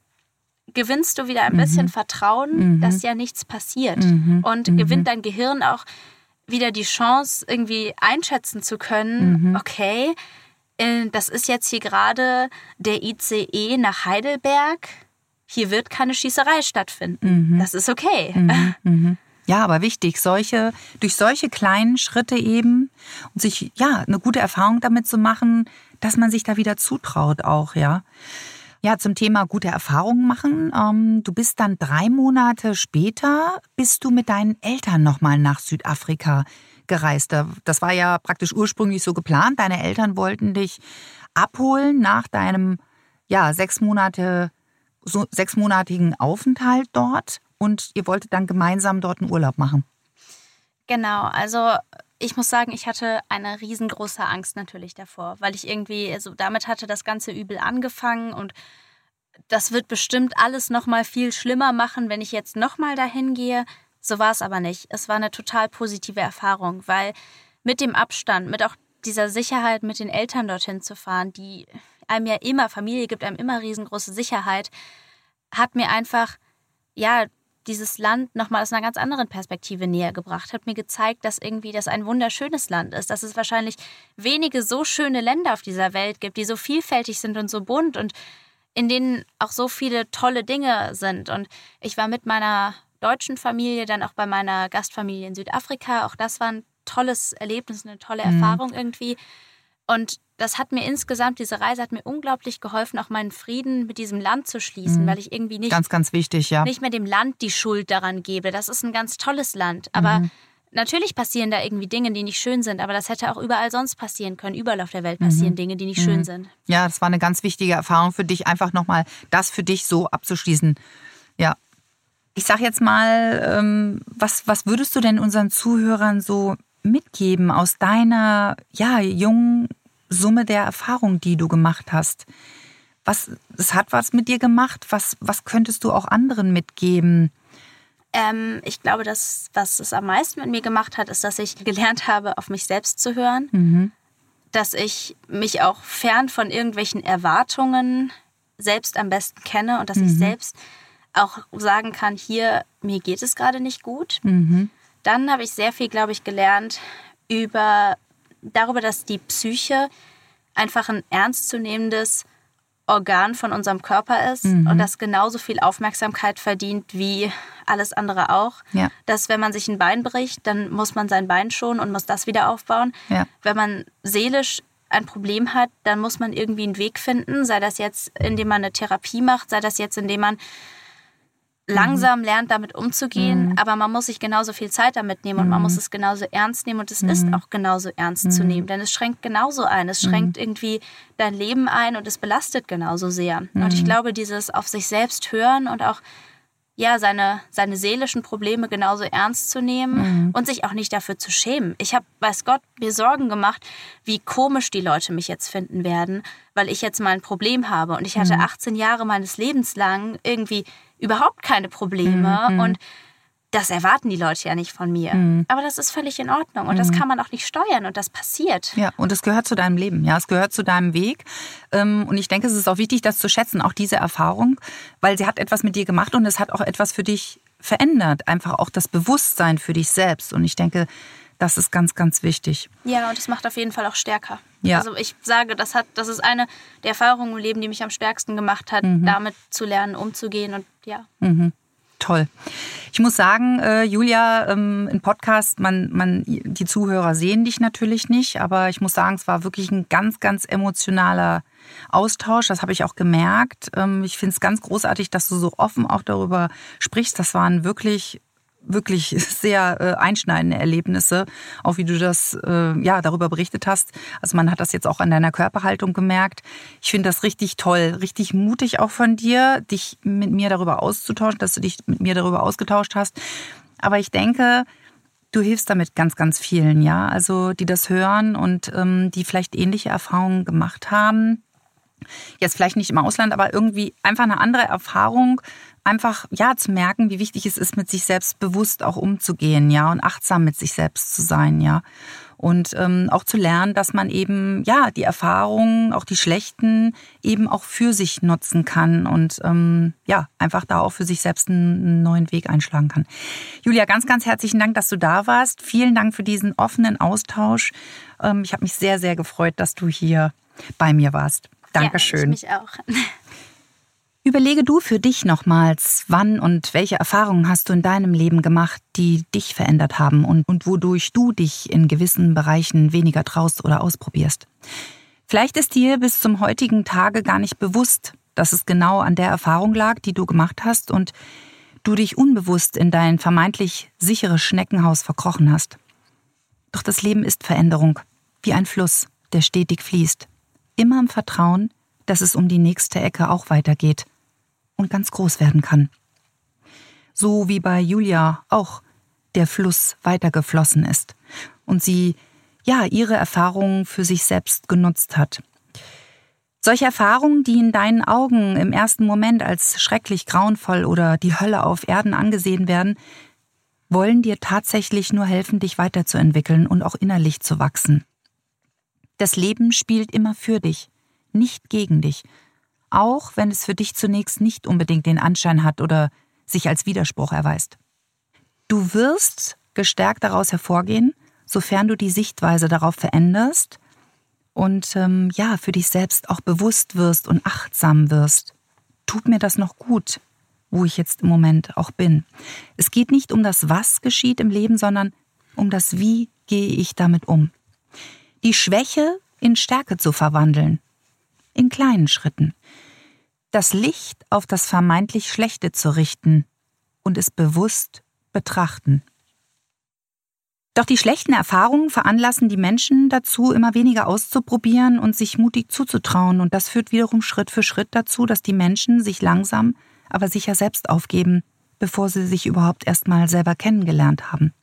gewinnst du wieder ein mhm. bisschen Vertrauen, mhm. dass ja nichts passiert. Mhm. Und mhm. gewinnt dein Gehirn auch wieder die Chance, irgendwie einschätzen zu können, mhm. okay, das ist jetzt hier gerade der I C E nach Heidelberg. Hier wird keine Schießerei stattfinden. Mhm. Das ist okay. Mhm. Mhm. Ja, aber wichtig, solche, durch solche kleinen Schritte eben und sich ja eine gute Erfahrung damit zu machen, dass man sich da wieder zutraut auch, ja. Ja, zum Thema gute Erfahrungen machen. Ähm, du bist dann drei Monate später, bist du mit deinen Eltern nochmal nach Südafrika gereist. Das war ja praktisch ursprünglich so geplant. Deine Eltern wollten dich abholen nach deinem ja, sechs Monate, so, sechsmonatigen Aufenthalt dort und ihr wolltet dann gemeinsam dort einen Urlaub machen. Genau, also ich muss sagen, ich hatte eine riesengroße Angst natürlich davor, weil ich irgendwie, also damit hatte das ganze Übel angefangen und das wird bestimmt alles noch mal viel schlimmer machen, wenn ich jetzt noch mal dahin gehe. So war es aber nicht. Es war eine total positive Erfahrung, weil mit dem Abstand, mit auch dieser Sicherheit, mit den Eltern dorthin zu fahren, die einem ja immer, Familie gibt einem immer riesengroße Sicherheit, hat mir einfach, ja, dieses Land nochmal aus einer ganz anderen Perspektive näher gebracht, hat mir gezeigt, dass irgendwie das ein wunderschönes Land ist, dass es wahrscheinlich wenige so schöne Länder auf dieser Welt gibt, die so vielfältig sind und so bunt und in denen auch so viele tolle Dinge sind. Und ich war mit meiner deutschen Familie, dann auch bei meiner Gastfamilie in Südafrika. Auch das war ein tolles Erlebnis, eine tolle Erfahrung mhm. irgendwie. Und das hat mir insgesamt, diese Reise hat mir unglaublich geholfen, auch meinen Frieden mit diesem Land zu schließen, mhm. weil ich irgendwie nicht, ganz, ganz wichtig, ja. nicht mehr dem Land die Schuld daran gebe. Das ist ein ganz tolles Land. Aber mhm. natürlich passieren da irgendwie Dinge, die nicht schön sind. Aber das hätte auch überall sonst passieren können. Überall auf der Welt passieren mhm. Dinge, die nicht mhm. schön sind. Ja, das war eine ganz wichtige Erfahrung für dich, einfach nochmal das für dich so abzuschließen. Ja. Ich sag jetzt mal, ähm, was, was würdest du denn unseren Zuhörern so mitgeben aus deiner ja, jungen Summe der Erfahrung, die du gemacht hast? Was, es hat was mit dir gemacht? Was, was könntest du auch anderen mitgeben? Ähm, ich glaube, dass, was es am meisten mit mir gemacht hat, ist, dass ich gelernt habe, auf mich selbst zu hören. Mhm. Dass ich mich auch fern von irgendwelchen Erwartungen selbst am besten kenne und dass mhm. ich selbst auch sagen kann, hier, mir geht es gerade nicht gut. Mhm. Dann habe ich sehr viel, glaube ich, gelernt über, darüber, dass die Psyche einfach ein ernstzunehmendes Organ von unserem Körper ist mhm. und das genauso viel Aufmerksamkeit verdient wie alles andere auch. Ja. Dass wenn man sich ein Bein bricht, dann muss man sein Bein schonen und muss das wieder aufbauen. Ja. Wenn man seelisch ein Problem hat, dann muss man irgendwie einen Weg finden, sei das jetzt, indem man eine Therapie macht, sei das jetzt, indem man langsam lernt, damit umzugehen, mhm. aber man muss sich genauso viel Zeit damit nehmen und mhm. man muss es genauso ernst nehmen und es mhm. ist auch genauso ernst mhm. zu nehmen, denn es schränkt genauso ein, es schränkt mhm. irgendwie dein Leben ein und es belastet genauso sehr. Mhm. Und ich glaube, dieses auf sich selbst hören und auch ja, seine, seine seelischen Probleme genauso ernst zu nehmen mhm. und sich auch nicht dafür zu schämen. Ich habe, weiß Gott, mir Sorgen gemacht, wie komisch die Leute mich jetzt finden werden, weil ich jetzt mal ein Problem habe. Und ich hatte mhm. achtzehn Jahre meines Lebens lang irgendwie überhaupt keine Probleme. Mhm. Und das erwarten die Leute ja nicht von mir. Mhm. Aber das ist völlig in Ordnung und mhm. das kann man auch nicht steuern und das passiert. Ja, und es gehört zu deinem Leben, ja, es gehört zu deinem Weg. Und ich denke, es ist auch wichtig, das zu schätzen, auch diese Erfahrung, weil sie hat etwas mit dir gemacht und es hat auch etwas für dich verändert. Einfach auch das Bewusstsein für dich selbst. Und ich denke, das ist ganz, ganz wichtig. Ja, und es macht auf jeden Fall auch stärker. Ja. Also ich sage, das hat, das ist eine der Erfahrungen im Leben, die mich am stärksten gemacht hat, mhm. damit zu lernen, umzugehen und ja. Mhm. Toll. Ich muss sagen, äh, Julia, ähm, im Podcast, man, man, die Zuhörer sehen dich natürlich nicht, aber ich muss sagen, es war wirklich ein ganz, ganz emotionaler Austausch. Das habe ich auch gemerkt. Ähm, ich finde es ganz großartig, dass du so offen auch darüber sprichst. Das waren wirklich wirklich sehr äh, einschneidende Erlebnisse, auch wie du das äh, ja darüber berichtet hast. Also man hat das jetzt auch an deiner Körperhaltung gemerkt. Ich finde das richtig toll, richtig mutig auch von dir, dich mit mir darüber auszutauschen, dass du dich mit mir darüber ausgetauscht hast. Aber ich denke, du hilfst damit ganz, ganz vielen, ja, also die das hören und ähm, die vielleicht ähnliche Erfahrungen gemacht haben. Jetzt vielleicht nicht im Ausland, aber irgendwie einfach eine andere Erfahrung, einfach ja zu merken, wie wichtig es ist, mit sich selbst bewusst auch umzugehen, ja, und achtsam mit sich selbst zu sein, ja. Und ähm, auch zu lernen, dass man eben ja die Erfahrungen, auch die schlechten, eben auch für sich nutzen kann und ähm, ja einfach da auch für sich selbst einen neuen Weg einschlagen kann. Julia, ganz, ganz herzlichen Dank, dass du da warst. Vielen Dank für diesen offenen Austausch. Ähm, ich habe mich sehr, sehr gefreut, dass du hier bei mir warst. Dankeschön. Ja, ich mich auch. Überlege du für dich nochmals, wann und welche Erfahrungen hast du in deinem Leben gemacht, die dich verändert haben und, und wodurch du dich in gewissen Bereichen weniger traust oder ausprobierst. Vielleicht ist dir bis zum heutigen Tage gar nicht bewusst, dass es genau an der Erfahrung lag, die du gemacht hast und du dich unbewusst in dein vermeintlich sicheres Schneckenhaus verkrochen hast. Doch das Leben ist Veränderung, wie ein Fluss, der stetig fließt. Immer im Vertrauen, dass es um die nächste Ecke auch weitergeht und ganz groß werden kann. So wie bei Julia auch der Fluss weitergeflossen ist und sie ja ihre Erfahrungen für sich selbst genutzt hat. Solche Erfahrungen, die in deinen Augen im ersten Moment als schrecklich grauenvoll oder die Hölle auf Erden angesehen werden, wollen dir tatsächlich nur helfen, dich weiterzuentwickeln und auch innerlich zu wachsen. Das Leben spielt immer für dich, nicht gegen dich, auch wenn es für dich zunächst nicht unbedingt den Anschein hat oder sich als Widerspruch erweist. Du wirst gestärkt daraus hervorgehen, sofern du die Sichtweise darauf veränderst und ähm, ja, für dich selbst auch bewusst wirst und achtsam wirst. Tut mir das noch gut, wo ich jetzt im Moment auch bin? Es geht nicht um das, was geschieht im Leben, sondern um das, wie gehe ich damit um. Die Schwäche in Stärke zu verwandeln, in kleinen Schritten. Das Licht auf das vermeintlich Schlechte zu richten und es bewusst betrachten. Doch die schlechten Erfahrungen veranlassen die Menschen dazu, immer weniger auszuprobieren und sich mutig zuzutrauen. Und das führt wiederum Schritt für Schritt dazu, dass die Menschen sich langsam, aber sicher selbst aufgeben, bevor sie sich überhaupt erst mal selber kennengelernt haben.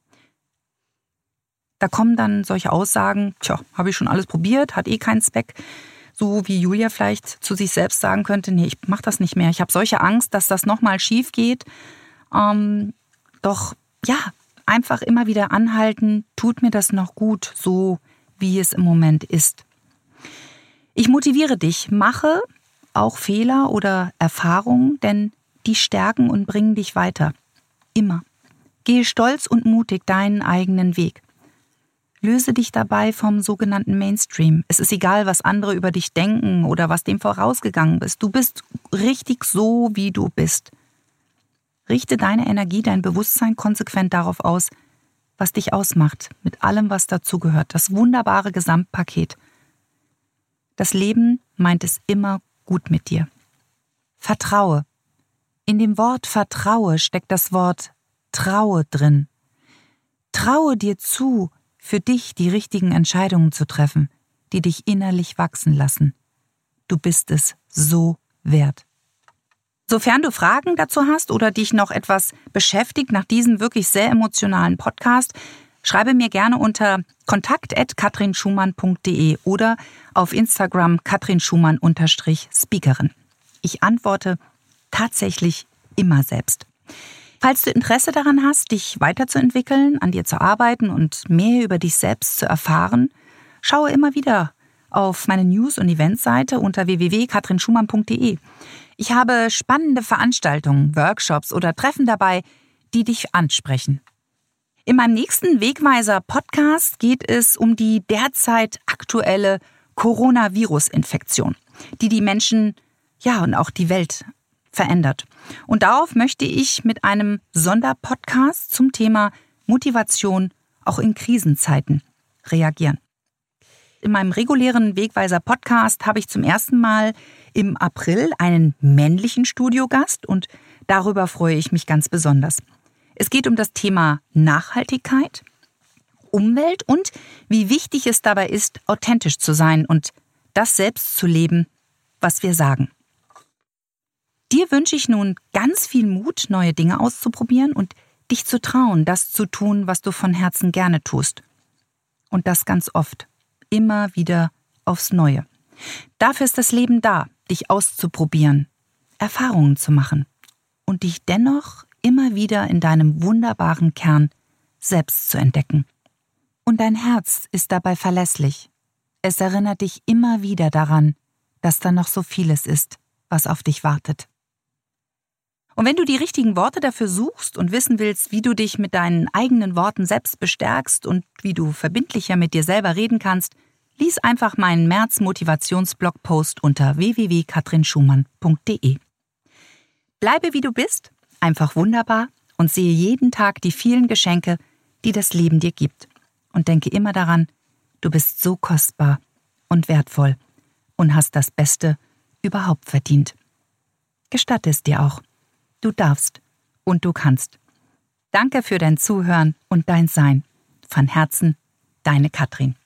Da kommen dann solche Aussagen, tja, habe ich schon alles probiert, hat eh keinen Zweck. So wie Julia vielleicht zu sich selbst sagen könnte, nee, ich mache das nicht mehr. Ich habe solche Angst, dass das nochmal schief geht. Ähm, doch ja, einfach immer wieder anhalten, tut mir das noch gut, so wie es im Moment ist. Ich motiviere dich, mache auch Fehler oder Erfahrungen, denn die stärken und bringen dich weiter. Immer. Gehe stolz und mutig deinen eigenen Weg. Löse dich dabei vom sogenannten Mainstream. Es ist egal, was andere über dich denken oder was dem vorausgegangen ist. Du bist richtig so, wie du bist. Richte deine Energie, dein Bewusstsein konsequent darauf aus, was dich ausmacht, mit allem, was dazugehört. Das wunderbare Gesamtpaket. Das Leben meint es immer gut mit dir. Vertraue. In dem Wort Vertraue steckt das Wort Traue drin. Traue dir zu, für dich die richtigen Entscheidungen zu treffen, die dich innerlich wachsen lassen. Du bist es so wert. Sofern du Fragen dazu hast oder dich noch etwas beschäftigt nach diesem wirklich sehr emotionalen Podcast, schreibe mir gerne unter kontakt at katrinschumann punkt de oder auf Instagram katrinschumann Speakerin. Ich antworte tatsächlich immer selbst. Falls du Interesse daran hast, dich weiterzuentwickeln, an dir zu arbeiten und mehr über dich selbst zu erfahren, schaue immer wieder auf meine News- und Eventseite unter w w w punkt katrin schumann punkt d e. Ich habe spannende Veranstaltungen, Workshops oder Treffen dabei, die dich ansprechen. In meinem nächsten Wegweiser-Podcast geht es um die derzeit aktuelle Coronavirus-Infektion, die die Menschen, ja und auch die Welt verändert. Und darauf möchte ich mit einem Sonderpodcast zum Thema Motivation auch in Krisenzeiten reagieren. In meinem regulären Wegweiser-Podcast habe ich zum ersten Mal im April einen männlichen Studiogast und darüber freue ich mich ganz besonders. Es geht um das Thema Nachhaltigkeit, Umwelt und wie wichtig es dabei ist, authentisch zu sein und das selbst zu leben, was wir sagen. Dir wünsche ich nun ganz viel Mut, neue Dinge auszuprobieren und dich zu trauen, das zu tun, was du von Herzen gerne tust. Und das ganz oft, immer wieder aufs Neue. Dafür ist das Leben da, dich auszuprobieren, Erfahrungen zu machen und dich dennoch immer wieder in deinem wunderbaren Kern selbst zu entdecken. Und dein Herz ist dabei verlässlich. Es erinnert dich immer wieder daran, dass da noch so vieles ist, was auf dich wartet. Und wenn du die richtigen Worte dafür suchst und wissen willst, wie du dich mit deinen eigenen Worten selbst bestärkst und wie du verbindlicher mit dir selber reden kannst, lies einfach meinen März-Motivationsblog-Post unter w w w punkt katrin schumann punkt d e. Bleibe wie du bist, einfach wunderbar und sehe jeden Tag die vielen Geschenke, die das Leben dir gibt. Und denke immer daran, du bist so kostbar und wertvoll und hast das Beste überhaupt verdient. Gestatte es dir auch. Du darfst und du kannst. Danke für dein Zuhören und dein Sein. Von Herzen, deine Katrin.